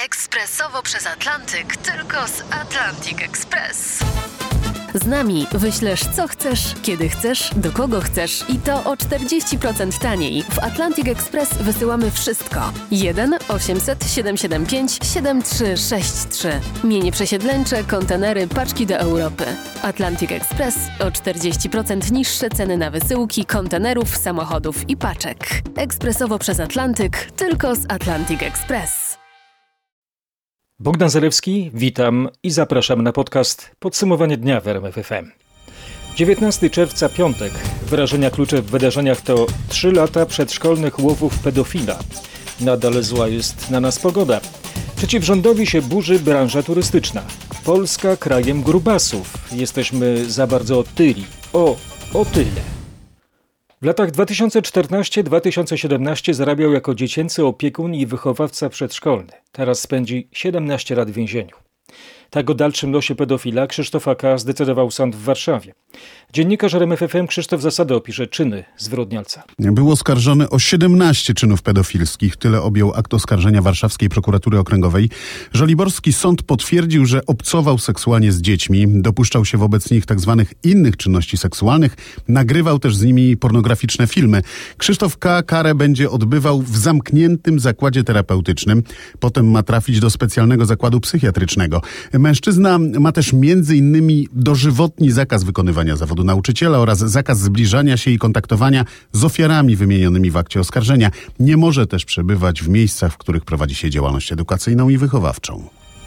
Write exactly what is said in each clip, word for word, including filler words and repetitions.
Ekspresowo przez Atlantyk, tylko z Atlantic Express. Z nami wyślesz co chcesz, kiedy chcesz, do kogo chcesz i to o czterdzieści procent taniej. W Atlantic Express wysyłamy wszystko. jeden osiemset siedemset siedemdziesiąt pięć siedemdziesiąt trzy sześćdziesiąt trzy. Mienie przesiedleńcze, kontenery, paczki do Europy. Atlantic Express o czterdzieści procent niższe ceny na wysyłki, kontenerów, samochodów i paczek. Ekspresowo przez Atlantyk, tylko z Atlantic Express. Bogdan Zalewski, witam i zapraszam na podcast Podsumowanie dnia w R M F F M. dziewiętnastego czerwca, piątek. Wyrażenia klucze w wydarzeniach to trzy lata przedszkolnych łowów pedofila. Nadal zła jest na nas pogoda. Przeciw rządowi się burzy branża turystyczna. Polska krajem grubasów. Jesteśmy za bardzo otyli. O, o tyle. W latach dwa tysiące czternastego do dwa tysiące siedemnastego zarabiał jako dziecięcy opiekun i wychowawca przedszkolny. Teraz spędzi siedemnaście lat w więzieniu. Tak o dalszym losie pedofila Krzysztofa K. zdecydował sąd w Warszawie. Dziennikarz R M F F M Krzysztof Zasada opisze czyny zwyrodnialca. Był oskarżony o siedemnaście czynów pedofilskich. Tyle objął akt oskarżenia Warszawskiej Prokuratury Okręgowej. Żoliborski sąd potwierdził, że obcował seksualnie z dziećmi, dopuszczał się wobec nich tzw. innych czynności seksualnych, nagrywał też z nimi pornograficzne filmy. Krzysztof K. karę będzie odbywał w zamkniętym zakładzie terapeutycznym. Potem ma trafić do specjalnego zakładu psychiatrycznego. Mężczyzna ma też między innymi dożywotni zakaz wykonywania zawodu nauczyciela oraz zakaz zbliżania się i kontaktowania z ofiarami wymienionymi w akcie oskarżenia. Nie może też przebywać w miejscach, w których prowadzi się działalność edukacyjną i wychowawczą.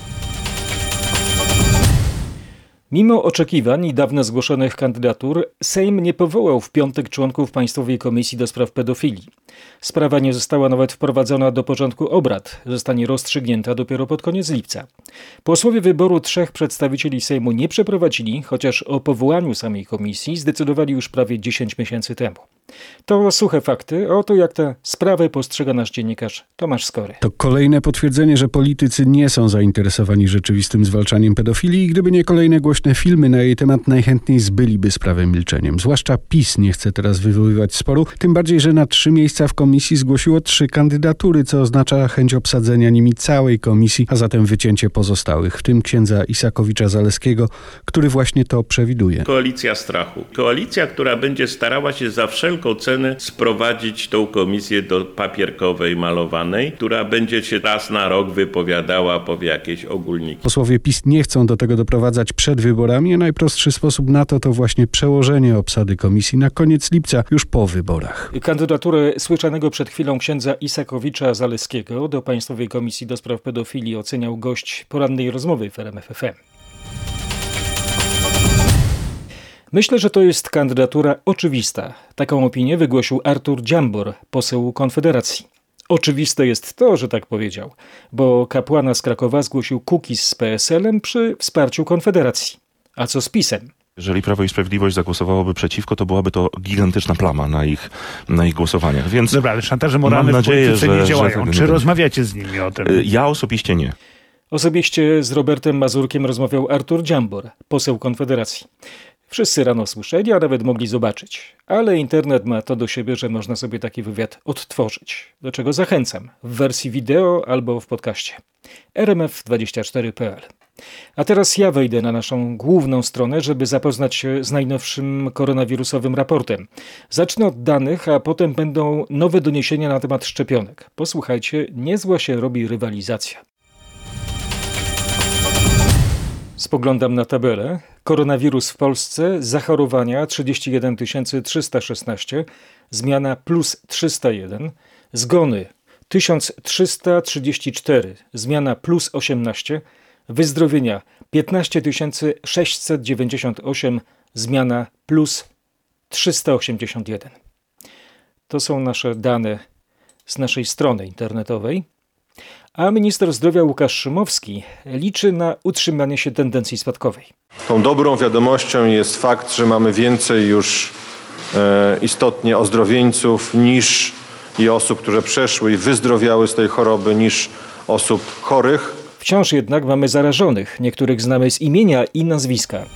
Mimo oczekiwań i dawno zgłoszonych kandydatur, Sejm nie powołał w piątek członków Państwowej Komisji do Spraw Pedofilii. Sprawa nie została nawet wprowadzona do porządku obrad. Zostanie rozstrzygnięta dopiero pod koniec lipca. Posłowie wyboru trzech przedstawicieli Sejmu nie przeprowadzili, chociaż o powołaniu samej komisji zdecydowali już prawie dziesięć miesięcy temu. To suche fakty, oto jak tę sprawę postrzega nasz dziennikarz Tomasz Skory. To kolejne potwierdzenie, że politycy nie są zainteresowani rzeczywistym zwalczaniem pedofilii i gdyby nie kolejne głośne filmy na jej temat, najchętniej zbyliby sprawę milczeniem. Zwłaszcza PiS nie chce teraz wywoływać sporu, tym bardziej, że na trzy miejsca w komisji zgłosiło trzy kandydatury, co oznacza chęć obsadzenia nimi całej komisji, a zatem wycięcie pozostałych, w tym księdza Isakowicza-Zaleskiego, który właśnie to przewiduje. Koalicja strachu. Koalicja, która będzie starała się za wszelką cenę sprowadzić tą komisję do papierkowej, malowanej, która będzie się raz na rok wypowiadała, powie jakieś ogólniki. Posłowie PiS nie chcą do tego doprowadzać przed wyborami, a najprostszy sposób na to to właśnie przełożenie obsady komisji na koniec lipca, już po wyborach. Kandydaturę słyszanego przed chwilą księdza Isakowicza-Zaleskiego do Państwowej Komisji do Spraw Pedofilii oceniał gość porannej rozmowy w R M F F M. Myślę, że to jest kandydatura oczywista. Taką opinię wygłosił Artur Dziambor, poseł Konfederacji. Oczywiste jest to, że tak powiedział, bo kapłana z Krakowa zgłosił Kukiz z P S L-em przy wsparciu Konfederacji. A co z PiS-em? Jeżeli Prawo i Sprawiedliwość zagłosowałoby przeciwko, to byłaby to gigantyczna plama na ich, na ich głosowaniach. Więc dobra, ale szantaże moralne w polityce nie działają. Czy rozmawiacie z nimi o tym? Ja osobiście nie. Osobiście z Robertem Mazurkiem rozmawiał Artur Dziambor, poseł Konfederacji. Wszyscy rano słyszeli, a nawet mogli zobaczyć. Ale internet ma to do siebie, że można sobie taki wywiad odtworzyć. Do czego zachęcam w wersji wideo albo w podcaście. R M F dwadzieścia cztery kropka p l. A teraz ja wejdę na naszą główną stronę, żeby zapoznać się z najnowszym koronawirusowym raportem. Zacznę od danych, a potem będą nowe doniesienia na temat szczepionek. Posłuchajcie, niezła się robi rywalizacja. Spoglądam na tabelę. Koronawirus w Polsce, zachorowania trzydzieści jeden tysięcy trzysta szesnaście, zmiana plus trzysta jeden, zgony tysiąc trzysta trzydzieści cztery, zmiana plus osiemnaście, wyzdrowienia piętnaście tysięcy sześćset dziewięćdziesiąt osiem, zmiana plus trzysta osiemdziesiąt jeden. To są nasze dane z naszej strony internetowej. A minister zdrowia Łukasz Szumowski liczy na utrzymanie się tendencji spadkowej. Tą dobrą wiadomością jest fakt, że mamy więcej już e, istotnie ozdrowieńców niż i osób, które przeszły i wyzdrowiały z tej choroby, niż osób chorych. Wciąż jednak mamy zarażonych. Niektórych znamy z imienia i nazwiska.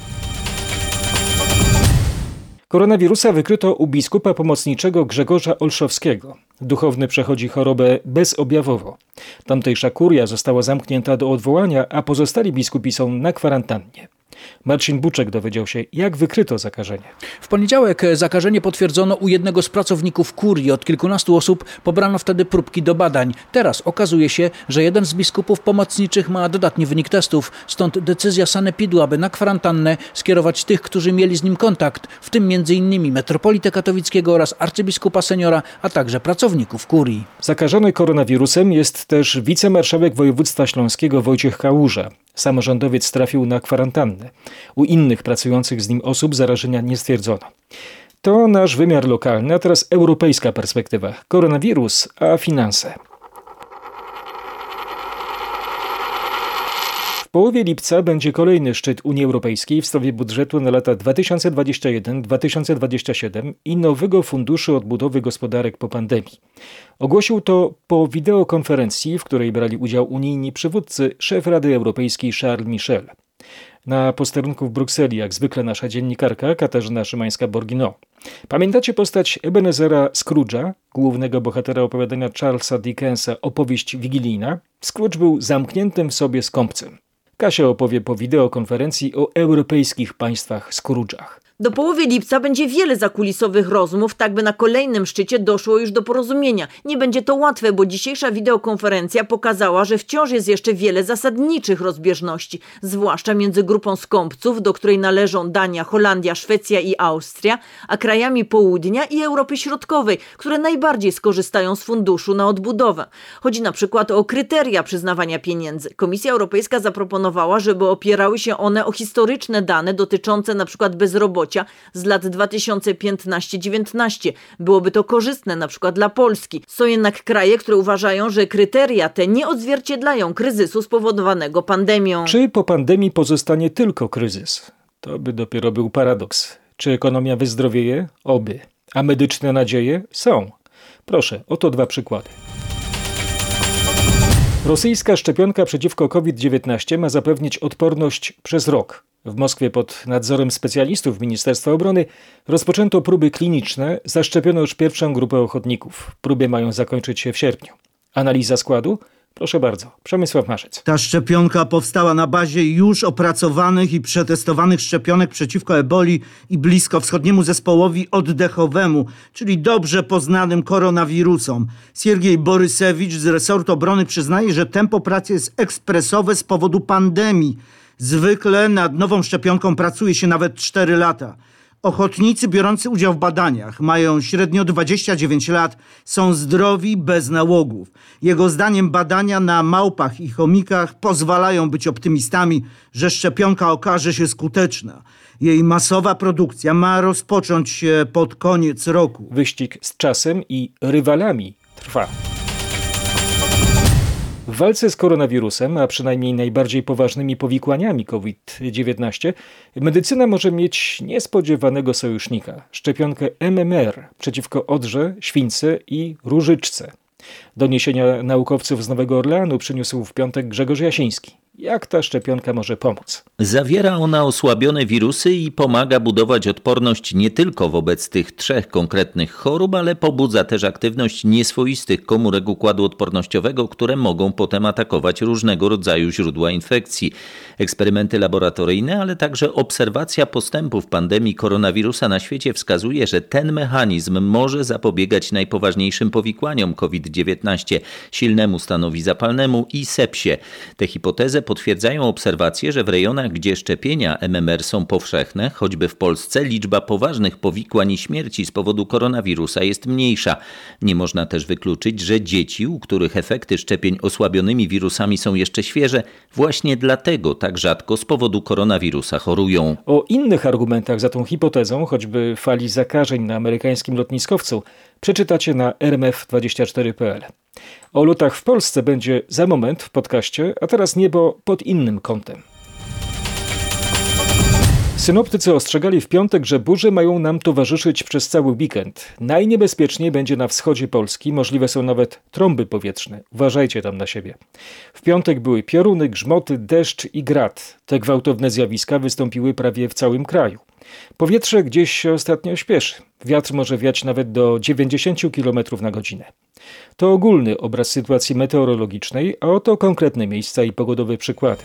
Koronawirusa wykryto u biskupa pomocniczego Grzegorza Olszowskiego. Duchowny przechodzi chorobę bezobjawowo. Tamtejsza kuria została zamknięta do odwołania, a pozostali biskupi są na kwarantannie. Marcin Buczek dowiedział się, jak wykryto zakażenie. W poniedziałek zakażenie potwierdzono u jednego z pracowników kurii. Od kilkunastu osób pobrano wtedy próbki do badań. Teraz okazuje się, że jeden z biskupów pomocniczych ma dodatni wynik testów. Stąd decyzja sanepidu, aby na kwarantannę skierować tych, którzy mieli z nim kontakt, w tym między innymi metropolitę katowickiego oraz arcybiskupa seniora, a także pracowników kurii. Zakażony koronawirusem jest też wicemarszałek województwa śląskiego Wojciech Kałuża. Samorządowiec trafił na kwarantannę. U innych pracujących z nim osób zarażenia nie stwierdzono. To nasz wymiar lokalny, a teraz europejska perspektywa. Koronawirus, a finanse. W połowie lipca będzie kolejny szczyt Unii Europejskiej w sprawie budżetu na lata dwa tysiące dwudziesty pierwszy do dwa tysiące dwudziestego siódmego i nowego funduszu odbudowy gospodarek po pandemii. Ogłosił to po wideokonferencji, w której brali udział unijni przywódcy, szef Rady Europejskiej Charles Michel. Na posterunku w Brukseli, jak zwykle, nasza dziennikarka Katarzyna Szymańska-Borgino. Pamiętacie postać Ebenezera Scrooge'a, głównego bohatera opowiadania Charlesa Dickensa Opowieść wigilijna? Scrooge był zamkniętym w sobie skąpcem. Kasia opowie po wideokonferencji o europejskich państwach Scrooge'ach. Do połowy lipca będzie wiele zakulisowych rozmów, tak by na kolejnym szczycie doszło już do porozumienia. Nie będzie to łatwe, bo dzisiejsza wideokonferencja pokazała, że wciąż jest jeszcze wiele zasadniczych rozbieżności, zwłaszcza między grupą skąpców, do której należą Dania, Holandia, Szwecja i Austria, a krajami południa i Europy Środkowej, które najbardziej skorzystają z funduszu na odbudowę. Chodzi na przykład o kryteria przyznawania pieniędzy. Komisja Europejska zaproponowała, żeby opierały się one o historyczne dane dotyczące na przykład bezrobocia z lat dwa tysiące piętnaście do dziewiętnaście. Byłoby to korzystne na przykład dla Polski. Są jednak kraje, które uważają, że kryteria te nie odzwierciedlają kryzysu spowodowanego pandemią. Czy po pandemii pozostanie tylko kryzys? To by dopiero był paradoks. Czy ekonomia wyzdrowieje? Oby. A medyczne nadzieje? Są. Proszę, oto dwa przykłady. Rosyjska szczepionka przeciwko COVID dziewiętnaście ma zapewnić odporność przez rok. W Moskwie pod nadzorem specjalistów Ministerstwa Obrony rozpoczęto próby kliniczne, zaszczepiono już pierwszą grupę ochotników. Próby mają zakończyć się w sierpniu. Analiza składu? Proszę bardzo, Przemysław Marzec. Ta szczepionka powstała na bazie już opracowanych i przetestowanych szczepionek przeciwko eboli i bliskowschodniemu zespołowi oddechowemu, czyli dobrze poznanym koronawirusom. Siergiej Borysewicz z resortu obrony przyznaje, że tempo pracy jest ekspresowe z powodu pandemii. Zwykle nad nową szczepionką pracuje się nawet cztery lata. Ochotnicy biorący udział w badaniach mają średnio dwadzieścia dziewięć lat, są zdrowi, bez nałogów. Jego zdaniem badania na małpach i chomikach pozwalają być optymistami, że szczepionka okaże się skuteczna. Jej masowa produkcja ma rozpocząć się pod koniec roku. Wyścig z czasem i rywalami trwa. W walce z koronawirusem, a przynajmniej najbardziej poważnymi powikłaniami COVID dziewiętnaście, medycyna może mieć niespodziewanego sojusznika – szczepionkę M M R przeciwko odrze, śwince i różyczce. Doniesienia naukowców z Nowego Orleanu przyniósł w piątek Grzegorz Jasiński. Jak ta szczepionka może pomóc? Zawiera ona osłabione wirusy i pomaga budować odporność nie tylko wobec tych trzech konkretnych chorób, ale pobudza też aktywność nieswoistych komórek układu odpornościowego, które mogą potem atakować różnego rodzaju źródła infekcji. Eksperymenty laboratoryjne, ale także obserwacja postępów pandemii koronawirusa na świecie wskazuje, że ten mechanizm może zapobiegać najpoważniejszym powikłaniom COVID dziewiętnaście, silnemu stanowi zapalnemu i sepsie. Te hipotezy potwierdzają obserwacje, że w rejonach, gdzie szczepienia M M R są powszechne, choćby w Polsce, liczba poważnych powikłań i śmierci z powodu koronawirusa jest mniejsza. Nie można też wykluczyć, że dzieci, u których efekty szczepień osłabionymi wirusami są jeszcze świeże, właśnie dlatego tak rzadko z powodu koronawirusa chorują. O innych argumentach za tą hipotezą, choćby fali zakażeń na amerykańskim lotniskowcu, przeczytacie na r m f dwadzieścia cztery kropka p l. O lotach w Polsce będzie za moment w podcaście, a teraz niebo pod innym kątem. Synoptycy ostrzegali w piątek, że burze mają nam towarzyszyć przez cały weekend. Najniebezpieczniej będzie na wschodzie Polski, możliwe są nawet trąby powietrzne. Uważajcie tam na siebie. W piątek były pioruny, grzmoty, deszcz i grad. Te gwałtowne zjawiska wystąpiły prawie w całym kraju. Powietrze gdzieś się ostatnio śpieszy. Wiatr może wiać nawet do dziewięćdziesiąt kilometrów na godzinę. To ogólny obraz sytuacji meteorologicznej, a oto konkretne miejsca i pogodowe przykłady.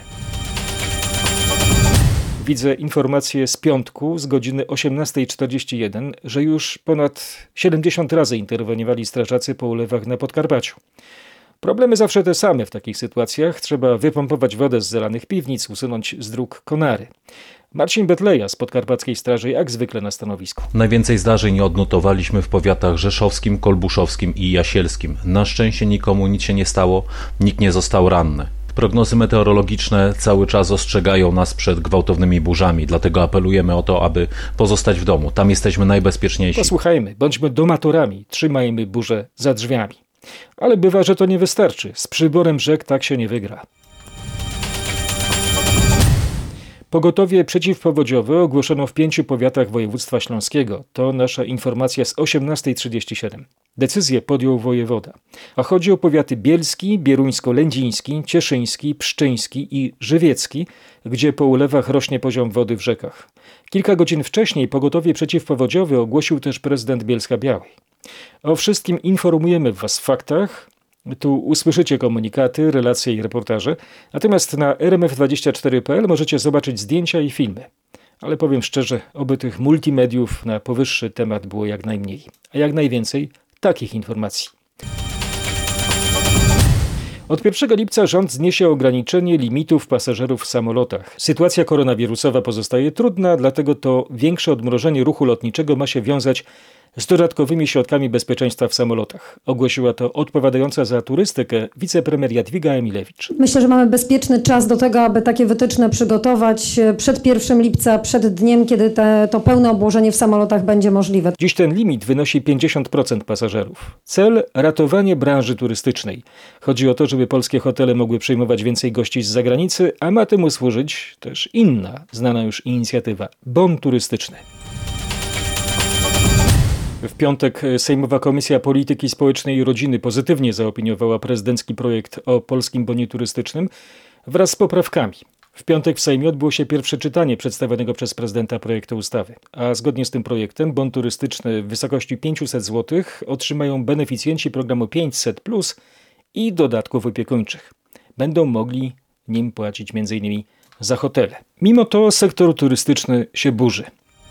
Widzę informację z piątku z godziny osiemnasta czterdzieści jeden, że już ponad siedemdziesiąt razy interweniowali strażacy po ulewach na Podkarpaciu. Problemy zawsze te same w takich sytuacjach. Trzeba wypompować wodę z zalanych piwnic, usunąć z dróg konary. Marcin Betleja z Podkarpackiej Straży jak zwykle na stanowisku. Najwięcej zdarzeń odnotowaliśmy w powiatach rzeszowskim, kolbuszowskim i jasielskim. Na szczęście nikomu nic się nie stało, nikt nie został ranny. Prognozy meteorologiczne cały czas ostrzegają nas przed gwałtownymi burzami, dlatego apelujemy o to, aby pozostać w domu. Tam jesteśmy najbezpieczniejsi. Posłuchajmy, bądźmy domatorami, trzymajmy burzę za drzwiami. Ale bywa, że to nie wystarczy. Z przyborem rzek tak się nie wygra. Pogotowie przeciwpowodziowe ogłoszono w pięciu powiatach województwa śląskiego. To nasza informacja z osiemnasta trzydzieści siedem. Decyzję podjął wojewoda. A chodzi o powiaty bielski, bieruńsko-lędziński, cieszyński, pszczyński i żywiecki, gdzie po ulewach rośnie poziom wody w rzekach. Kilka godzin wcześniej pogotowie przeciwpowodziowe ogłosił też prezydent Bielska-Białej. O wszystkim informujemy Was w faktach. Tu usłyszycie komunikaty, relacje i reportaże. Natomiast na r m f dwadzieścia cztery kropka p l możecie zobaczyć zdjęcia i filmy. Ale powiem szczerze, oby tych multimediów na powyższy temat było jak najmniej. A jak najwięcej takich informacji. Od pierwszego lipca rząd zniesie ograniczenie limitów pasażerów w samolotach. Sytuacja koronawirusowa pozostaje trudna, dlatego to większe odmrożenie ruchu lotniczego ma się wiązać z dodatkowymi środkami bezpieczeństwa w samolotach. Ogłosiła to odpowiadająca za turystykę wicepremier Jadwiga Emilewicz. Myślę, że mamy bezpieczny czas do tego, aby takie wytyczne przygotować przed pierwszego lipca, przed dniem, kiedy te, to pełne obłożenie w samolotach będzie możliwe. Dziś ten limit wynosi pięćdziesiąt procent pasażerów. Cel – ratowanie branży turystycznej. Chodzi o to, żeby polskie hotele mogły przyjmować więcej gości z zagranicy, a ma temu służyć też inna, znana już inicjatywa – bon turystyczny. W piątek Sejmowa Komisja Polityki Społecznej i Rodziny pozytywnie zaopiniowała prezydencki projekt o polskim bonie turystycznym wraz z poprawkami. W piątek w Sejmie odbyło się pierwsze czytanie przedstawionego przez prezydenta projektu ustawy. A zgodnie z tym projektem bon turystyczny w wysokości pięćset złotych otrzymają beneficjenci programu pięćset plus i dodatków opiekuńczych. Będą mogli nim płacić m in za hotele. Mimo to sektor turystyczny się burzy.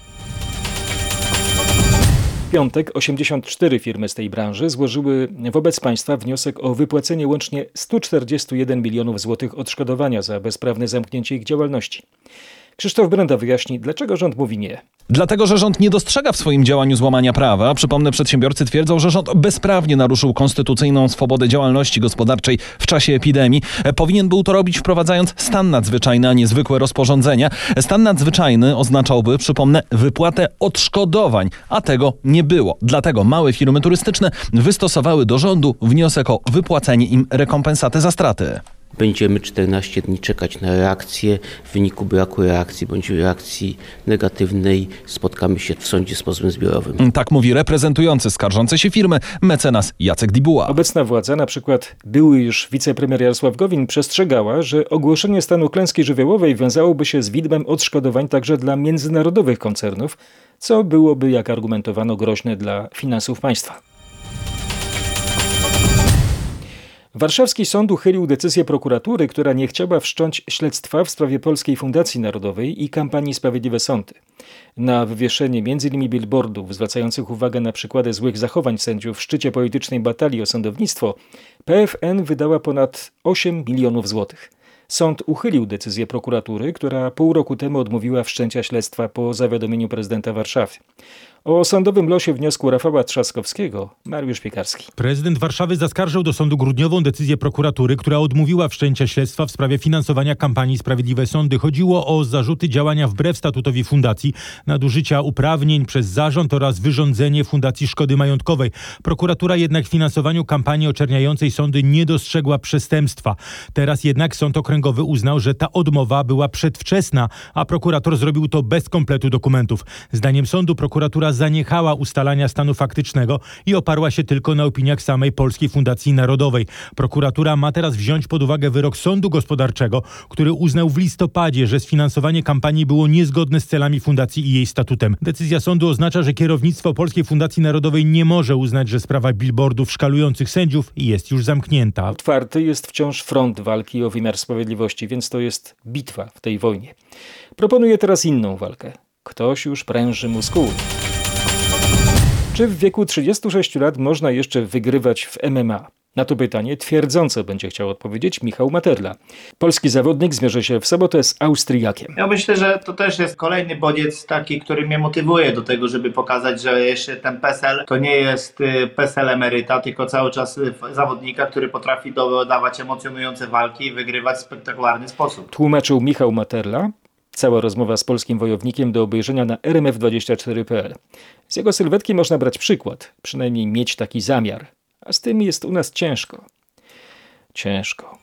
W piątek osiemdziesiąt cztery firmy z tej branży złożyły wobec państwa wniosek o wypłacenie łącznie sto czterdzieści jeden milionów złotych odszkodowania za bezprawne zamknięcie ich działalności. Krzysztof Brenda wyjaśni, dlaczego rząd mówi nie. Dlatego, że rząd nie dostrzega w swoim działaniu złamania prawa. Przypomnę, przedsiębiorcy twierdzą, że rząd bezprawnie naruszył konstytucyjną swobodę działalności gospodarczej w czasie epidemii. Powinien był to robić wprowadzając stan nadzwyczajny, a nie zwykłe rozporządzenia. Stan nadzwyczajny oznaczałby, przypomnę, wypłatę odszkodowań, a tego nie było. Dlatego małe firmy turystyczne wystosowały do rządu wniosek o wypłacenie im rekompensaty za straty. Będziemy czternaście dni czekać na reakcję. W wyniku braku reakcji bądź reakcji negatywnej spotkamy się w sądzie z pozwem zbiorowym. Tak mówi reprezentujący skarżące się firmy mecenas Jacek Dibuła. Obecna władza, na przykład były już wicepremier Jarosław Gowin, przestrzegała, że ogłoszenie stanu klęski żywiołowej wiązałoby się z widmem odszkodowań także dla międzynarodowych koncernów, co byłoby, jak argumentowano, groźne dla finansów państwa. Warszawski sąd uchylił decyzję prokuratury, która nie chciała wszcząć śledztwa w sprawie Polskiej Fundacji Narodowej i kampanii Sprawiedliwe Sądy. Na wywieszenie m.in. billboardów zwracających uwagę na przykłady złych zachowań sędziów w szczycie politycznej batalii o sądownictwo P F N wydała ponad osiem milionów złotych. Sąd uchylił decyzję prokuratury, która pół roku temu odmówiła wszczęcia śledztwa po zawiadomieniu prezydenta Warszawy. O sądowym losie wniosku Rafała Trzaskowskiego Mariusz Piekarski. Prezydent Warszawy zaskarżył do sądu grudniową decyzję prokuratury, która odmówiła wszczęcia śledztwa w sprawie finansowania kampanii Sprawiedliwe Sądy. Chodziło o zarzuty działania wbrew statutowi fundacji, nadużycia uprawnień przez zarząd oraz wyrządzenie fundacji szkody majątkowej. Prokuratura jednak w finansowaniu kampanii oczerniającej sądy nie dostrzegła przestępstwa. Teraz jednak sąd okręgowy uznał, że ta odmowa była przedwczesna, a prokurator zrobił to bez kompletu dokumentów. Zdaniem sądu prokuratura prokuratura zaniechała ustalania stanu faktycznego i oparła się tylko na opiniach samej Polskiej Fundacji Narodowej. Prokuratura ma teraz wziąć pod uwagę wyrok Sądu Gospodarczego, który uznał w listopadzie, że sfinansowanie kampanii było niezgodne z celami fundacji i jej statutem. Decyzja sądu oznacza, że kierownictwo Polskiej Fundacji Narodowej nie może uznać, że sprawa billboardów szkalujących sędziów jest już zamknięta. Otwarty jest wciąż front walki o wymiar sprawiedliwości, więc to jest bitwa w tej wojnie. Proponuję teraz inną walkę. Ktoś już pręży muskuły. Czy w wieku trzydziestu sześciu lat można jeszcze wygrywać w M M A? Na to pytanie twierdząco będzie chciał odpowiedzieć Michał Materla. Polski zawodnik zmierzy się w sobotę z Austriakiem. Ja myślę, że to też jest kolejny bodziec taki, który mnie motywuje do tego, żeby pokazać, że jeszcze ten P E S L to nie jest P E S L emeryta, tylko cały czas zawodnika, który potrafi dawać emocjonujące walki i wygrywać w spektakularny sposób. Tłumaczył Michał Materla. Cała rozmowa z polskim wojownikiem do obejrzenia na R M F dwadzieścia cztery kropka p l. Z jego sylwetki można brać przykład, przynajmniej mieć taki zamiar. A z tym jest u nas ciężko. Ciężko.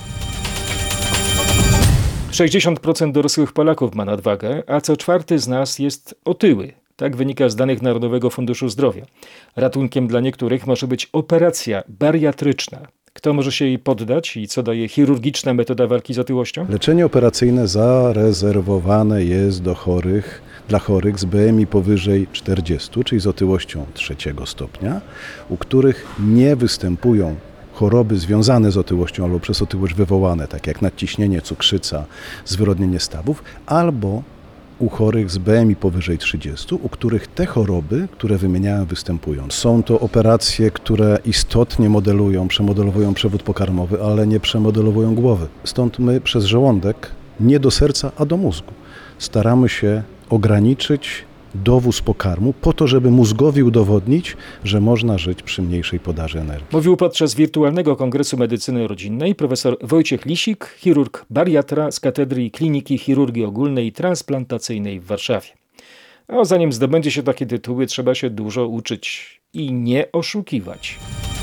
sześćdziesiąt procent dorosłych Polaków ma nadwagę, a co czwarty z nas jest otyły. Tak wynika z danych Narodowego Funduszu Zdrowia. Ratunkiem dla niektórych może być operacja bariatryczna. Kto może się jej poddać i co daje chirurgiczna metoda walki z otyłością? Leczenie operacyjne zarezerwowane jest do chorych, dla chorych z B M I powyżej czterdziestu, czyli z otyłością trzeciego stopnia, u których nie występują choroby związane z otyłością albo przez otyłość wywołane, tak jak nadciśnienie, cukrzyca, zwyrodnienie stawów, albo u chorych z B M I powyżej trzydziestu, u których te choroby, które wymieniałem, występują. Są to operacje, które istotnie modelują, przemodelowują przewód pokarmowy, ale nie przemodelowują głowy. Stąd my przez żołądek, nie do serca, a do mózgu, staramy się ograniczyć dowóz pokarmu po to, żeby mózgowi udowodnić, że można żyć przy mniejszej podaży energii. Mówił podczas wirtualnego Kongresu Medycyny Rodzinnej profesor Wojciech Lisik, chirurg bariatra z Katedry Kliniki Chirurgii Ogólnej i Transplantacyjnej w Warszawie. A zanim zdobędzie się takie tytuły, trzeba się dużo uczyć i nie oszukiwać.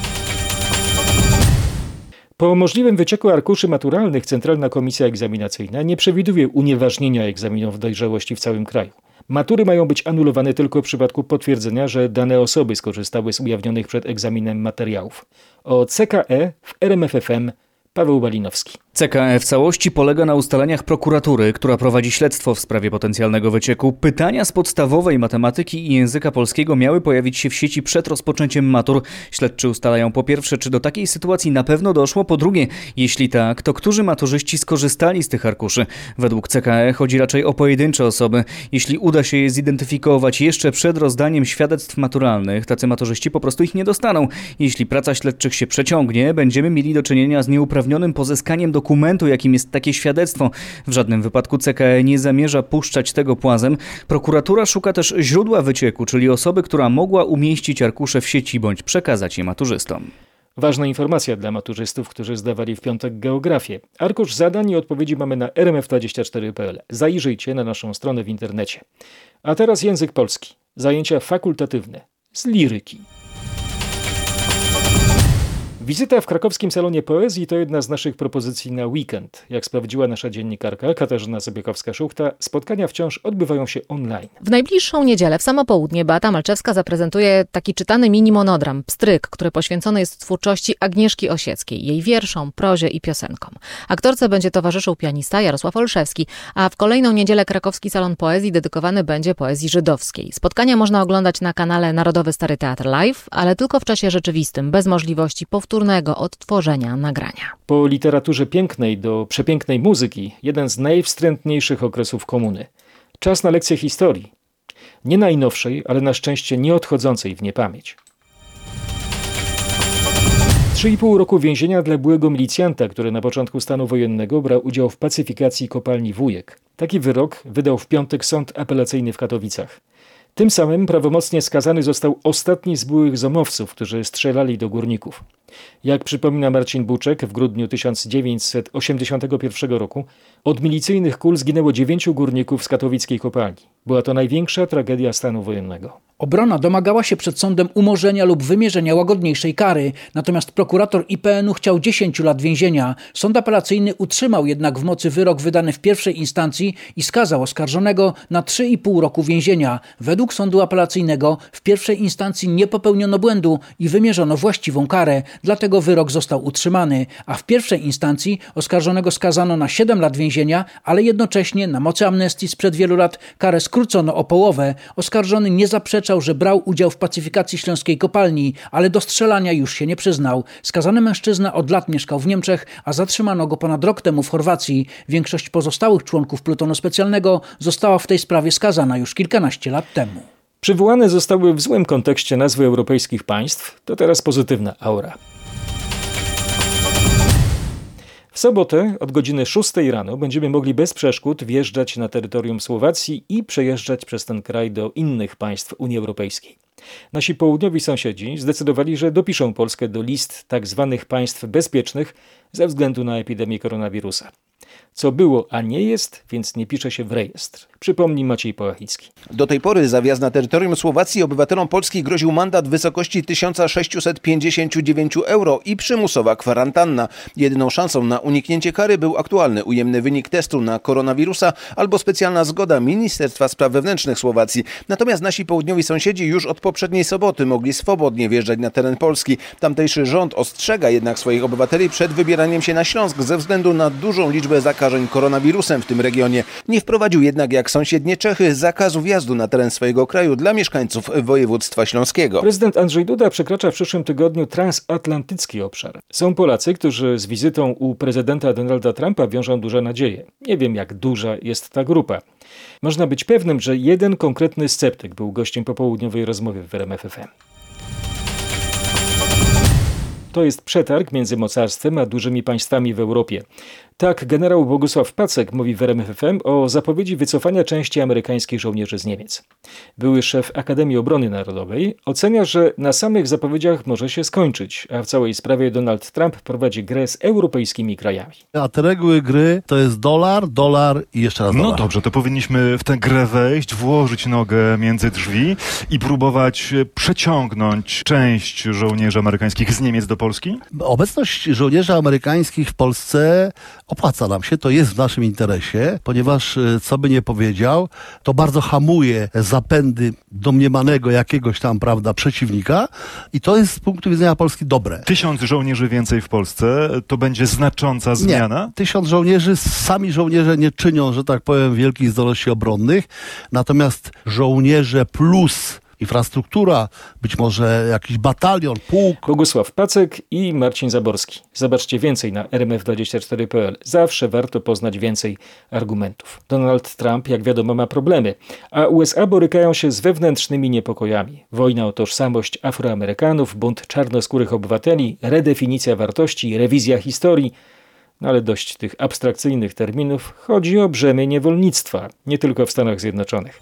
Po możliwym wycieku arkuszy maturalnych Centralna Komisja Egzaminacyjna nie przewiduje unieważnienia egzaminów dojrzałości w całym kraju. Matury mają być anulowane tylko w przypadku potwierdzenia, że dane osoby skorzystały z ujawnionych przed egzaminem materiałów. O C K E w R M F F M Paweł Balinowski. C K E w całości polega na ustaleniach prokuratury, która prowadzi śledztwo w sprawie potencjalnego wycieku. Pytania z podstawowej matematyki i języka polskiego miały pojawić się w sieci przed rozpoczęciem matur. Śledczy ustalają po pierwsze, czy do takiej sytuacji na pewno doszło, po drugie, jeśli tak, to którzy maturzyści skorzystali z tych arkuszy. Według C K E chodzi raczej o pojedyncze osoby. Jeśli uda się je zidentyfikować jeszcze przed rozdaniem świadectw maturalnych, tacy maturzyści po prostu ich nie dostaną. Jeśli praca śledczych się przeciągnie, będziemy mieli do czynienia z nieuprawnionym pozyskaniem dokumentów, dokumentu, jakim jest takie świadectwo. W żadnym wypadku C K E nie zamierza puszczać tego płazem. Prokuratura szuka też źródła wycieku, czyli osoby, która mogła umieścić arkusze w sieci bądź przekazać je maturzystom. Ważna informacja dla maturzystów, którzy zdawali w piątek geografię. Arkusz zadań i odpowiedzi mamy na R M F dwadzieścia cztery kropka p l. Zajrzyjcie na naszą stronę w internecie. A teraz język polski. Zajęcia fakultatywne z liryki. Wizyta w krakowskim Salonie Poezji to jedna z naszych propozycji na weekend. Jak sprawdziła nasza dziennikarka Katarzyna Sobiekowska-Szuchta, spotkania wciąż odbywają się online. W najbliższą niedzielę w samo południe Beata Malczewska zaprezentuje taki czytany mini monodram Pstryk, który poświęcony jest twórczości Agnieszki Osieckiej, jej wierszom, prozie i piosenkom. Aktorce będzie towarzyszył pianista Jarosław Olszewski, a w kolejną niedzielę krakowski Salon Poezji dedykowany będzie poezji żydowskiej. Spotkania można oglądać na kanale Narodowy Stary Teatr Live, ale tylko w czasie rzeczywistym, bez możliwości powtórnego odtworzenia nagrania. Po literaturze pięknej do przepięknej muzyki jeden z najwstrętniejszych okresów komuny. Czas na lekcję historii. Nie najnowszej, ale na szczęście nie odchodzącej w niepamięć. Trzy i pół roku więzienia dla byłego milicjanta, który na początku stanu wojennego brał udział w pacyfikacji kopalni Wujek. Taki wyrok wydał w piątek Sąd Apelacyjny w Katowicach. Tym samym prawomocnie skazany został ostatni z byłych zomowców, którzy strzelali do górników. Jak przypomina Marcin Buczek, w grudniu tysiąc dziewięćset osiemdziesiątego pierwszego roku od milicyjnych kul zginęło dziewięciu górników z katowickiej kopalni. Była to największa tragedia stanu wojennego. Obrona domagała się przed sądem umorzenia lub wymierzenia łagodniejszej kary, natomiast prokurator I P N u chciał dziesięć lat więzienia. Sąd apelacyjny utrzymał jednak w mocy wyrok wydany w pierwszej instancji i skazał oskarżonego na trzy i pół roku więzienia. Według sądu apelacyjnego w pierwszej instancji nie popełniono błędu i wymierzono właściwą karę, dlatego wyrok został utrzymany, a w pierwszej instancji oskarżonego skazano na siedem lat więzienia, ale jednocześnie na mocy amnestii sprzed wielu lat karę skrócono o połowę. Oskarżony nie zaprzeczał, że brał udział w pacyfikacji śląskiej kopalni, ale do strzelania już się nie przyznał. Skazany mężczyzna od lat mieszkał w Niemczech, a zatrzymano go ponad rok temu w Chorwacji. Większość pozostałych członków plutonu specjalnego została w tej sprawie skazana już kilkanaście lat temu. Przywołane zostały w złym kontekście nazwy europejskich państw, to teraz pozytywna aura. W sobotę od godziny szóstej rano będziemy mogli bez przeszkód wjeżdżać na terytorium Słowacji i przejeżdżać przez ten kraj do innych państw Unii Europejskiej. Nasi południowi sąsiedzi zdecydowali, że dopiszą Polskę do list tak zwanych państw bezpiecznych ze względu na epidemię koronawirusa. Co było, a nie jest, więc nie pisze się w rejestr. Przypomni Maciej Połachicki. Do tej pory za wjazd na terytorium Słowacji obywatelom Polski groził mandat w wysokości tysiąc sześćset pięćdziesiąt dziewięć euro i przymusowa kwarantanna. Jedyną szansą na uniknięcie kary był aktualny ujemny wynik testu na koronawirusa albo specjalna zgoda Ministerstwa Spraw Wewnętrznych Słowacji. Natomiast nasi południowi sąsiedzi już od poprzedniej soboty mogli swobodnie wjeżdżać na teren Polski. Tamtejszy rząd ostrzega jednak swoich obywateli przed wybieraniem się na Śląsk ze względu na dużą liczbę zakażeń koronawirusem w tym regionie. Nie wprowadził jednak jak sąsiednie Czechy zakazu wjazdu na teren swojego kraju dla mieszkańców województwa śląskiego. Prezydent Andrzej Duda przekracza w przyszłym tygodniu transatlantycki obszar. Są Polacy, którzy z wizytą u prezydenta Donalda Trumpa wiążą duże nadzieje. Nie wiem, jak duża jest ta grupa. Można być pewnym, że jeden konkretny sceptyk był gościem popołudniowej rozmowy w R M F F M. To jest przetarg między mocarstwem a dużymi państwami w Europie. Tak generał Bogusław Pacek mówi w R M F F M o zapowiedzi wycofania części amerykańskich żołnierzy z Niemiec. Były szef Akademii Obrony Narodowej ocenia, że na samych zapowiedziach może się skończyć, a w całej sprawie Donald Trump prowadzi grę z europejskimi krajami. A te reguły gry to jest dolar, dolar i jeszcze raz dolar. No dobrze, to powinniśmy w tę grę wejść, włożyć nogę między drzwi i próbować przeciągnąć część żołnierzy amerykańskich z Niemiec do Polski? Obecność żołnierzy amerykańskich w Polsce opłaca nam się, to jest w naszym interesie, ponieważ co by nie powiedział, to bardzo hamuje zapędy domniemanego jakiegoś tam, prawda, przeciwnika i to jest z punktu widzenia Polski dobre. Tysiąc żołnierzy więcej w Polsce to będzie znacząca zmiana? Nie, tysiąc żołnierzy, sami żołnierze nie czynią, że tak powiem, wielkich zdolności obronnych, natomiast żołnierze plus infrastruktura, być może jakiś batalion, pułk. Bogusław Pacek i Marcin Zaborski. Zobaczcie więcej na r m f dwadzieścia cztery kropka p l. Zawsze warto poznać więcej argumentów. Donald Trump, jak wiadomo, ma problemy, a U S A borykają się z wewnętrznymi niepokojami. Wojna o tożsamość Afroamerykanów, bunt czarnoskórych obywateli, redefinicja wartości, rewizja historii. No ale dość tych abstrakcyjnych terminów. Chodzi o brzemię niewolnictwa, nie tylko w Stanach Zjednoczonych.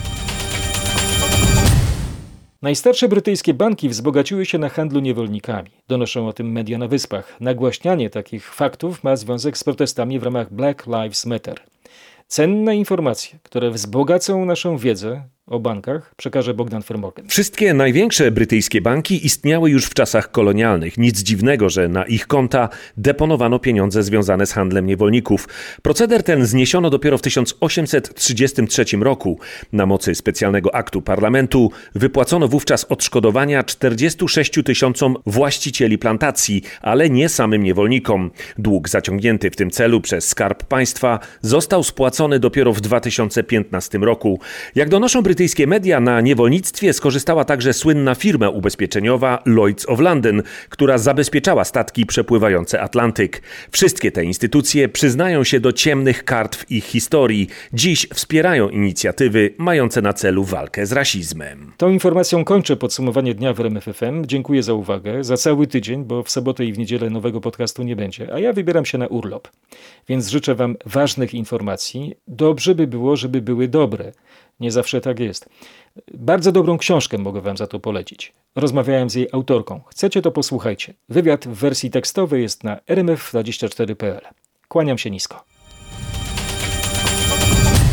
Najstarsze brytyjskie banki wzbogaciły się na handlu niewolnikami. Donoszą o tym media na Wyspach. Nagłaśnianie takich faktów ma związek z protestami w ramach Black Lives Matter. Cenne informacje, które wzbogacą naszą wiedzę o bankach, przekaże Bogdan Fermorgan. Wszystkie największe brytyjskie banki istniały już w czasach kolonialnych. Nic dziwnego, że na ich konta deponowano pieniądze związane z handlem niewolników. Proceder ten zniesiono dopiero w tysiąc osiemset trzydziestym trzecim roku. Na mocy specjalnego aktu parlamentu wypłacono wówczas odszkodowania czterdziestu sześciu tysiącom właścicieli plantacji, ale nie samym niewolnikom. Dług zaciągnięty w tym celu przez Skarb Państwa został spłacony dopiero w dwa tysiące piętnastym roku. Jak donoszą brytyjskie Brytyjskie media, na niewolnictwie skorzystała także słynna firma ubezpieczeniowa Lloyd's of London, która zabezpieczała statki przepływające Atlantyk. Wszystkie te instytucje przyznają się do ciemnych kart w ich historii. Dziś wspierają inicjatywy mające na celu walkę z rasizmem. Tą informacją kończę podsumowanie dnia w R M F F M. Dziękuję za uwagę, za cały tydzień, bo w sobotę i w niedzielę nowego podcastu nie będzie, a ja wybieram się na urlop. Więc życzę Wam ważnych informacji. Dobrze by było, żeby były dobre. Nie zawsze tak jest. Bardzo dobrą książkę mogę Wam za to polecić. Rozmawiałem z jej autorką. Chcecie, to posłuchajcie. Wywiad w wersji tekstowej jest na r m f dwadzieścia cztery kropka p l. Kłaniam się nisko.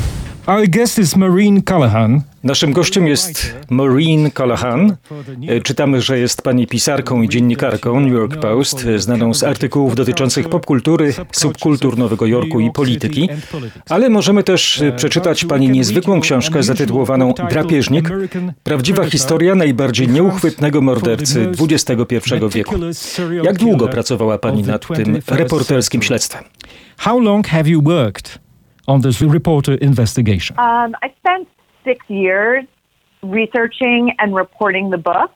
Our guest is Maureen Callahan. Naszym gościem jest Maureen Callahan. Czytamy, że jest pani pisarką i dziennikarką New York Post, znaną z artykułów dotyczących popkultury, subkultur Nowego Jorku i polityki. Ale możemy też przeczytać pani niezwykłą książkę zatytułowaną Drapieżnik. Prawdziwa historia najbardziej nieuchwytnego mordercy dwudziestego pierwszego wieku. Jak długo pracowała pani nad tym reporterskim śledztwem? How long have you worked on this reporter investigation? Um, I spent six years researching and reporting the book.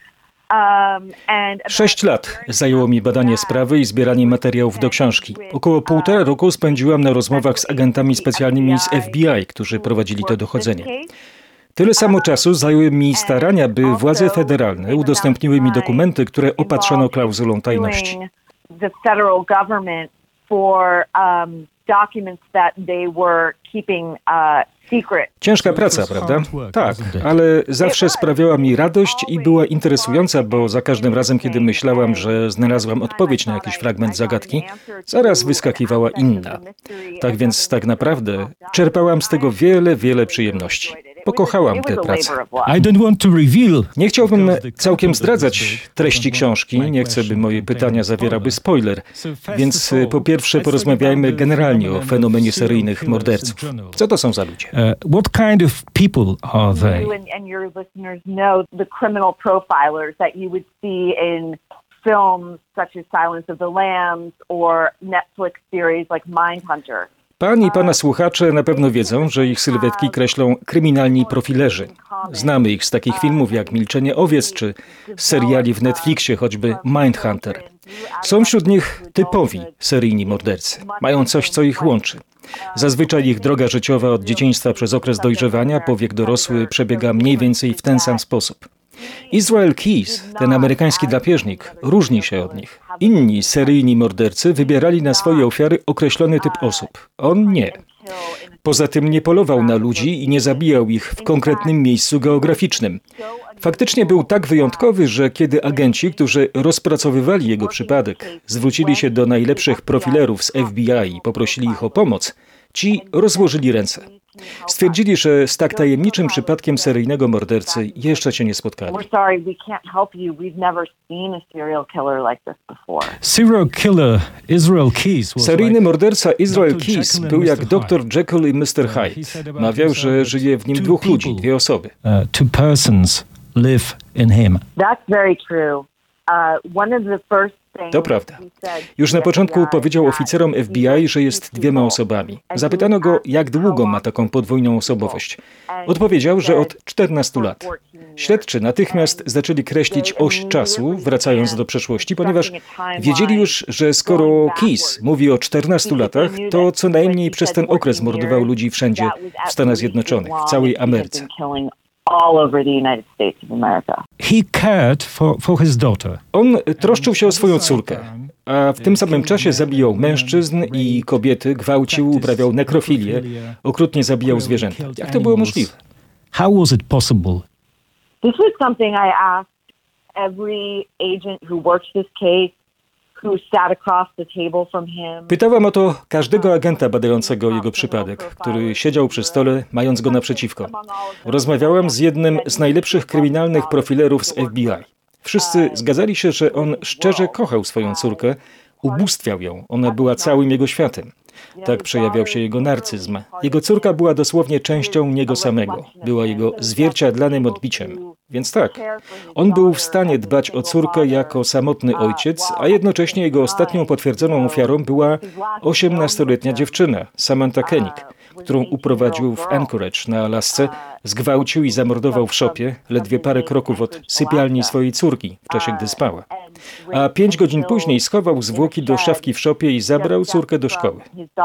Um, and Sześć lat zajęło mi badanie sprawy i zbieranie materiałów do książki. Około półtora roku spędziłam na rozmowach z agentami specjalnymi z F B I, którzy prowadzili to dochodzenie. Tyle samo czasu zajęły mi starania, by władze federalne udostępniły mi dokumenty, które opatrzono klauzulą tajności. the federal government for um, documents that they were keeping uh, secret. Ciężka praca, prawda? Tak, ale zawsze sprawiała mi radość i była interesująca, bo za każdym razem, kiedy myślałam, że znalazłam odpowiedź na jakiś fragment zagadki, zaraz wyskakiwała inna. Tak więc tak naprawdę czerpałam z tego wiele, wiele przyjemności. Pokochałam tę pracę. Nie chciałbym całkiem zdradzać treści książki, nie chcę, by moje pytania zawierały spoiler, więc po pierwsze porozmawiajmy generalnie o fenomenie seryjnych morderców. Co to są za ludzie? Uh, what kind of people are they? You and, and your listeners know the criminal profilers that you would see in films such as Silence of the Lambs or Netflix series like Mindhunter. Pan i pana słuchacze na pewno wiedzą, że ich sylwetki kreślą kryminalni profilerzy. Znamy ich z takich filmów jak Milczenie owiec czy seriali w Netflixie, choćby Mindhunter. Są wśród nich typowi seryjni mordercy. Mają coś, co ich łączy. Zazwyczaj ich droga życiowa od dzieciństwa przez okres dojrzewania po wiek dorosły przebiega mniej więcej w ten sam sposób. Israel Keyes, ten amerykański drapieżnik, różni się od nich. Inni seryjni mordercy wybierali na swoje ofiary określony typ osób. On nie. Poza tym nie polował na ludzi i nie zabijał ich w konkretnym miejscu geograficznym. Faktycznie był tak wyjątkowy, że kiedy agenci, którzy rozpracowywali jego przypadek, zwrócili się do najlepszych profilerów z F B I i poprosili ich o pomoc, ci rozłożyli ręce. Stwierdzili, że z tak tajemniczym przypadkiem seryjnego mordercy jeszcze się nie spotkali. Seryjny morderca Israel Keyes był jak doktor Jekyll i mister Hyde. Mawiał, że żyje w nim dwóch ludzi, dwie osoby. Two persons live in him. That's very true. Uh, one of the first To prawda. Już na początku powiedział oficerom F B I, że jest dwiema osobami. Zapytano go, jak długo ma taką podwójną osobowość. Odpowiedział, że od czternastu lat. Śledczy natychmiast zaczęli kreślić oś czasu, wracając do przeszłości, ponieważ wiedzieli już, że skoro Keyes mówi o czternastu latach, to co najmniej przez ten okres mordował ludzi wszędzie w Stanach Zjednoczonych, w całej Ameryce. all over the United States of America. He cared for, for his daughter. On troszczył się o swoją córkę, a w tym samym czasie zabijał mężczyzn i kobiety, gwałcił, uprawiał nekrofilię, okrutnie zabijał zwierzęta. Jak to było możliwe? How was it possible? This was something I asked every agent who worked this case. Pytałam o to każdego agenta badającego jego przypadek, który siedział przy stole, mając go naprzeciwko. Rozmawiałam z jednym z najlepszych kryminalnych profilerów z F B I. Wszyscy zgadzali się, że on szczerze kochał swoją córkę, ubóstwiał ją, ona była całym jego światem. Tak przejawiał się jego narcyzm. Jego córka była dosłownie częścią niego samego. Była jego zwierciadlanym odbiciem. Więc tak, on był w stanie dbać o córkę jako samotny ojciec, a jednocześnie jego ostatnią potwierdzoną ofiarą była osiemnastoletnia dziewczyna, Samantha Koenig, którą uprowadził w Anchorage na Alasce, zgwałcił i zamordował w szopie, ledwie parę kroków od sypialni swojej córki, w czasie gdy spała. A pięć godzin później schował zwłoki do szafki w szopie i zabrał córkę do szkoły.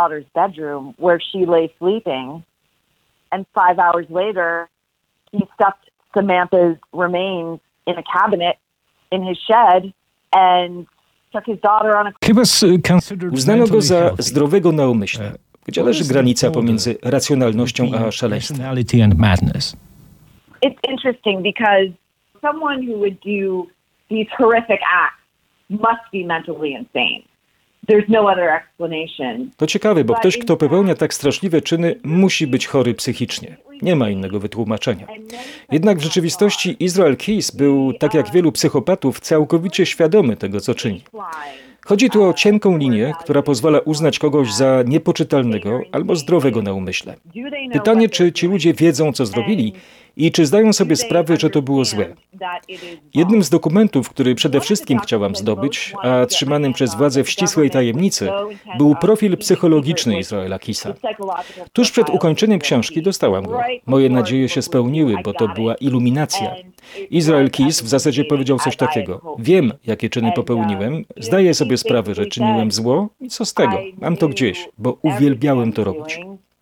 Samantha's remains in a cabinet in his shed and took his daughter on a... Uznano go za zdrowego na umyśle. Gdzie leży granica pomiędzy racjonalnością a szaleństwem? It's interesting because someone who would do these horrific acts must be mentally insane. There's no other explanation. To ciekawe, bo ktoś, kto popełnia tak straszliwe czyny, musi być chory psychicznie. Nie ma innego wytłumaczenia. Jednak w rzeczywistości Israel Keys był, tak jak wielu psychopatów, całkowicie świadomy tego, co czyni. Chodzi tu o cienką linię, która pozwala uznać kogoś za niepoczytalnego albo zdrowego na umyśle. Pytanie, czy ci ludzie wiedzą, co zrobili i czy zdają sobie sprawę, że to było złe. Jednym z dokumentów, który przede wszystkim chciałam zdobyć, a trzymanym przez władze w ścisłej tajemnicy, był profil psychologiczny Israela Keysa. Tuż przed ukończeniem książki dostałam go. Moje nadzieje się spełniły, bo to była iluminacja. Israel Keys w zasadzie powiedział coś takiego. Wiem, jakie czyny popełniłem, zdaję sobie sprawę, że czyniłem zło i co z tego? Mam to gdzieś, bo uwielbiałem to robić.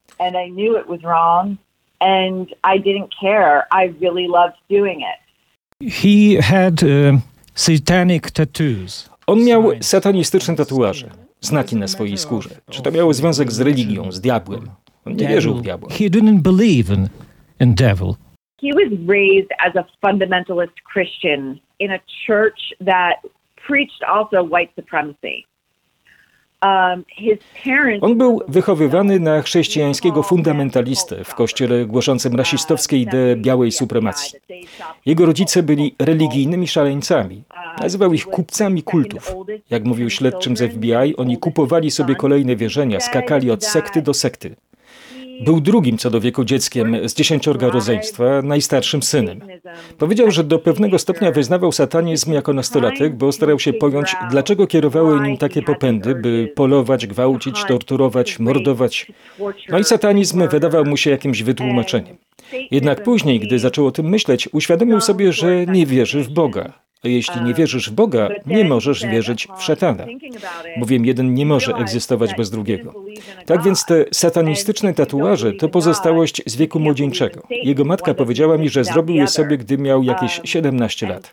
And I didn't care. I really loved doing it. He had uh, satanic tattoos. On miał satanistyczne tatuaże, znaki na swojej skórze. Czy to miało związek z religią, z diabłem? On nie wierzył w diabła. He didn't believe in, in devil. He was raised as a fundamentalist Christian in a church that preached also white supremacy. On był wychowywany na chrześcijańskiego fundamentalistę w kościele głoszącym rasistowskie idee białej supremacji. Jego rodzice byli religijnymi szaleńcami. Nazywał ich kupcami kultów. Jak mówił śledczym z F B I, oni kupowali sobie kolejne wierzenia, skakali od sekty do sekty. Był drugim co do wieku dzieckiem z dziesięciorga rodzeństwa, najstarszym synem. Powiedział, że do pewnego stopnia wyznawał satanizm jako nastolatek, bo starał się pojąć, dlaczego kierowały nim takie popędy, by polować, gwałcić, torturować, mordować. No i satanizm wydawał mu się jakimś wytłumaczeniem. Jednak później, gdy zaczął o tym myśleć, uświadomił sobie, że nie wierzy w Boga. A jeśli nie wierzysz w Boga, nie możesz wierzyć w szatana, bowiem jeden nie może egzystować bez drugiego. Tak więc te satanistyczne tatuaże to pozostałość z wieku młodzieńczego. Jego matka powiedziała mi, że zrobił je sobie, gdy miał jakieś siedemnaście lat.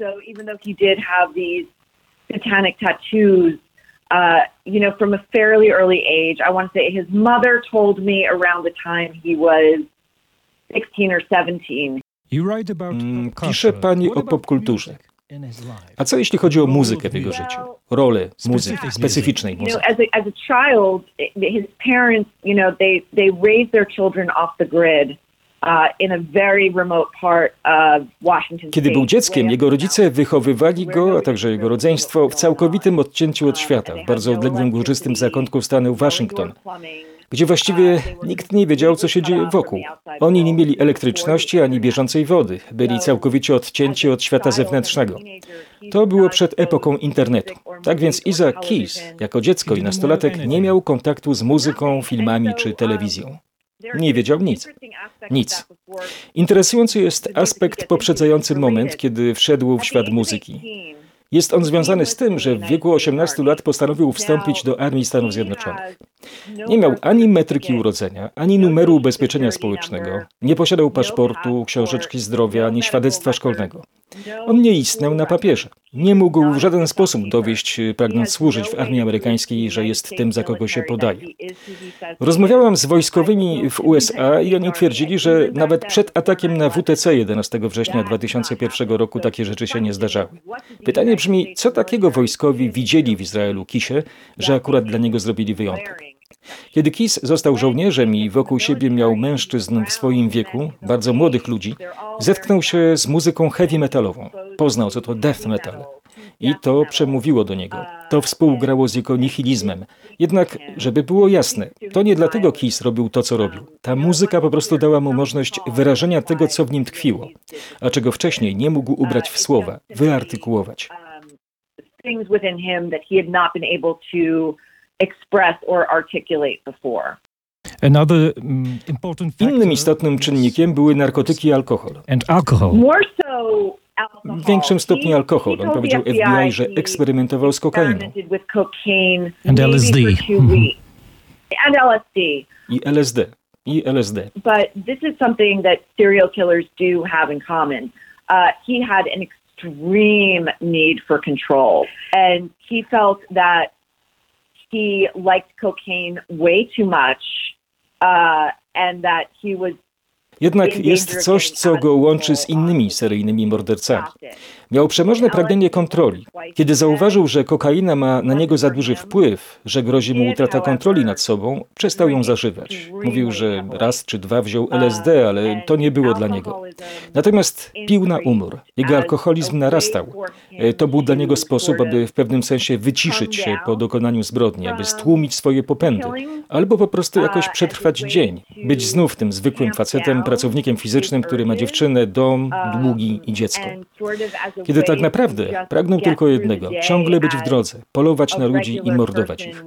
Uh, you know, from a fairly early age, I want to say his mother told me around the time he was sixteen or seventeen. Mm, pisze pani o popkulturze. A co jeśli chodzi o muzykę w jego życiu? Rolę muzyki, specyficznej muzyki. You know, as a, as a child, his parents, you know, they, they raised their children off the grid. Kiedy był dzieckiem, jego rodzice wychowywali go, a także jego rodzeństwo w całkowitym odcięciu od świata, w bardzo odległym górzystym zakątku stanu Waszyngton, gdzie właściwie nikt nie wiedział, co się dzieje wokół. Oni nie mieli elektryczności ani bieżącej wody, byli całkowicie odcięci od świata zewnętrznego. To było przed epoką internetu. Tak więc Isaac Keys, jako dziecko i nastolatek, nie miał kontaktu z muzyką, filmami czy telewizją. Nie wiedział nic. Nic. Interesujący jest aspekt poprzedzający moment, kiedy wszedł w świat muzyki. Jest on związany z tym, że w wieku osiemnastu lat postanowił wstąpić do Armii Stanów Zjednoczonych. Nie miał ani metryki urodzenia, ani numeru ubezpieczenia społecznego, nie posiadał paszportu, książeczki zdrowia, ani świadectwa szkolnego. On nie istniał na papierze. Nie mógł w żaden sposób dowieść, pragnąc służyć w armii amerykańskiej, że jest tym, za kogo się podaje. Rozmawiałam z wojskowymi w U S A i oni twierdzili, że nawet przed atakiem na W T C jedenastego września dwa tysiące pierwszego roku takie rzeczy się nie zdarzały. Pytanie brzmi, co takiego wojskowi widzieli w Israelu Keysie, że akurat dla niego zrobili wyjątek? Kiedy Keys został żołnierzem i wokół siebie miał mężczyzn w swoim wieku, bardzo młodych ludzi, zetknął się z muzyką heavy metalową. Poznał, co to death metal. I to przemówiło do niego. To współgrało z jego nihilizmem. Jednak, żeby było jasne, to nie dlatego Keys robił to, co robił. Ta muzyka po prostu dała mu możliwość wyrażenia tego, co w nim tkwiło, a czego wcześniej nie mógł ubrać w słowa, wyartykułować. Express or articulate before. Another important factor Innym istotnym czynnikiem były narkotyki i alkohol. And alcohol. More so alcohol. W większym stopniu alkohol. On powiedział F B I, że eksperymentował z kokainą. And L S D. And L S D. I L S D. I L S D. But this is something that serial killers do have in common. Uh, he had an extreme need for control. And he felt that he liked cocaine way too much, uh, and that he was Jednak jest coś, co go łączy z innymi seryjnymi mordercami. Miał przemożne pragnienie kontroli. Kiedy zauważył, że kokaina ma na niego za duży wpływ, że grozi mu utrata kontroli nad sobą, przestał ją zażywać. Mówił, że raz czy dwa wziął L S D, ale to nie było dla niego. Natomiast pił na umór. Jego alkoholizm narastał. To był dla niego sposób, aby w pewnym sensie wyciszyć się po dokonaniu zbrodni, aby stłumić swoje popędy, albo po prostu jakoś przetrwać dzień. Być znów tym zwykłym facetem, pracownikiem fizycznym, który ma dziewczynę, dom, długi i dziecko. Kiedy tak naprawdę pragnął tylko jednego, ciągle być w drodze, polować na ludzi i mordować ich.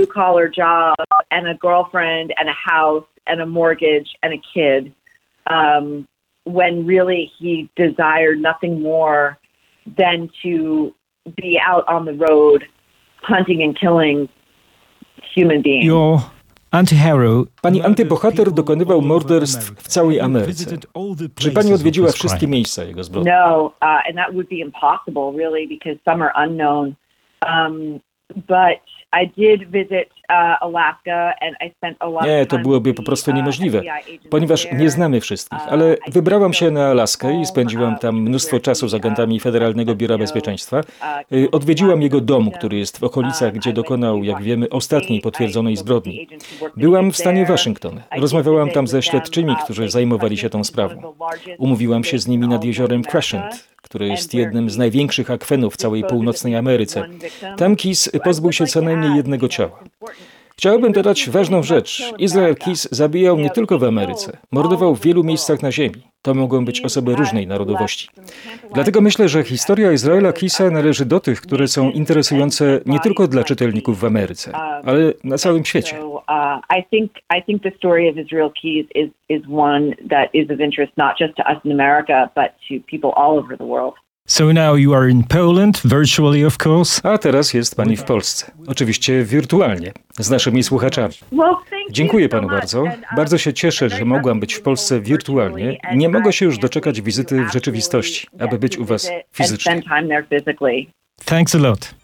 When really he desired nothing more than to be out on the road hunting and killing human beings. Your anti-hero. Pani antybohater dokonywał morderstw w całej Ameryce. Czy pani odwiedziła wszystkie miejsca jego zbrodni? No, uh, and that would be impossible really because some are unknown. Um, but I did visit uh, Alaska and I spent a lot of time. Nie, to byłoby po prostu niemożliwe, ponieważ nie znamy wszystkich, ale wybrałam się na Alaskę i spędziłam tam mnóstwo czasu z agentami Federalnego Biura Bezpieczeństwa. Odwiedziłam jego dom, który jest w okolicach, gdzie dokonał, jak wiemy, ostatniej potwierdzonej zbrodni. Byłam w stanie Waszyngton. Rozmawiałam tam ze śledczymi, którzy zajmowali się tą sprawą. Umówiłam się z nimi nad jeziorem Crescent, które jest jednym z największych akwenów w całej północnej Ameryce. Tam Keyes pozbył się co najmniej jednego ciała. Chciałbym dodać ważną rzecz. Israel Keyes zabijał nie tylko w Ameryce. Mordował w wielu miejscach na ziemi. To mogą być osoby różnej narodowości. Dlatego myślę, że historia Israela Keyesa należy do tych, które są interesujące nie tylko dla czytelników w Ameryce, ale na całym świecie. I think I think the story of Israel Keyes is is one that is of interest not just to us in America, but to people all over the world. So now you are in Poland, virtually of course. A teraz jest pani w Polsce. Oczywiście wirtualnie, z naszymi słuchaczami. Dziękuję panu bardzo. Bardzo się cieszę, że mogłam być w Polsce wirtualnie. Nie mogę się już doczekać wizyty w rzeczywistości, aby być u was fizycznie. Thanks a lot.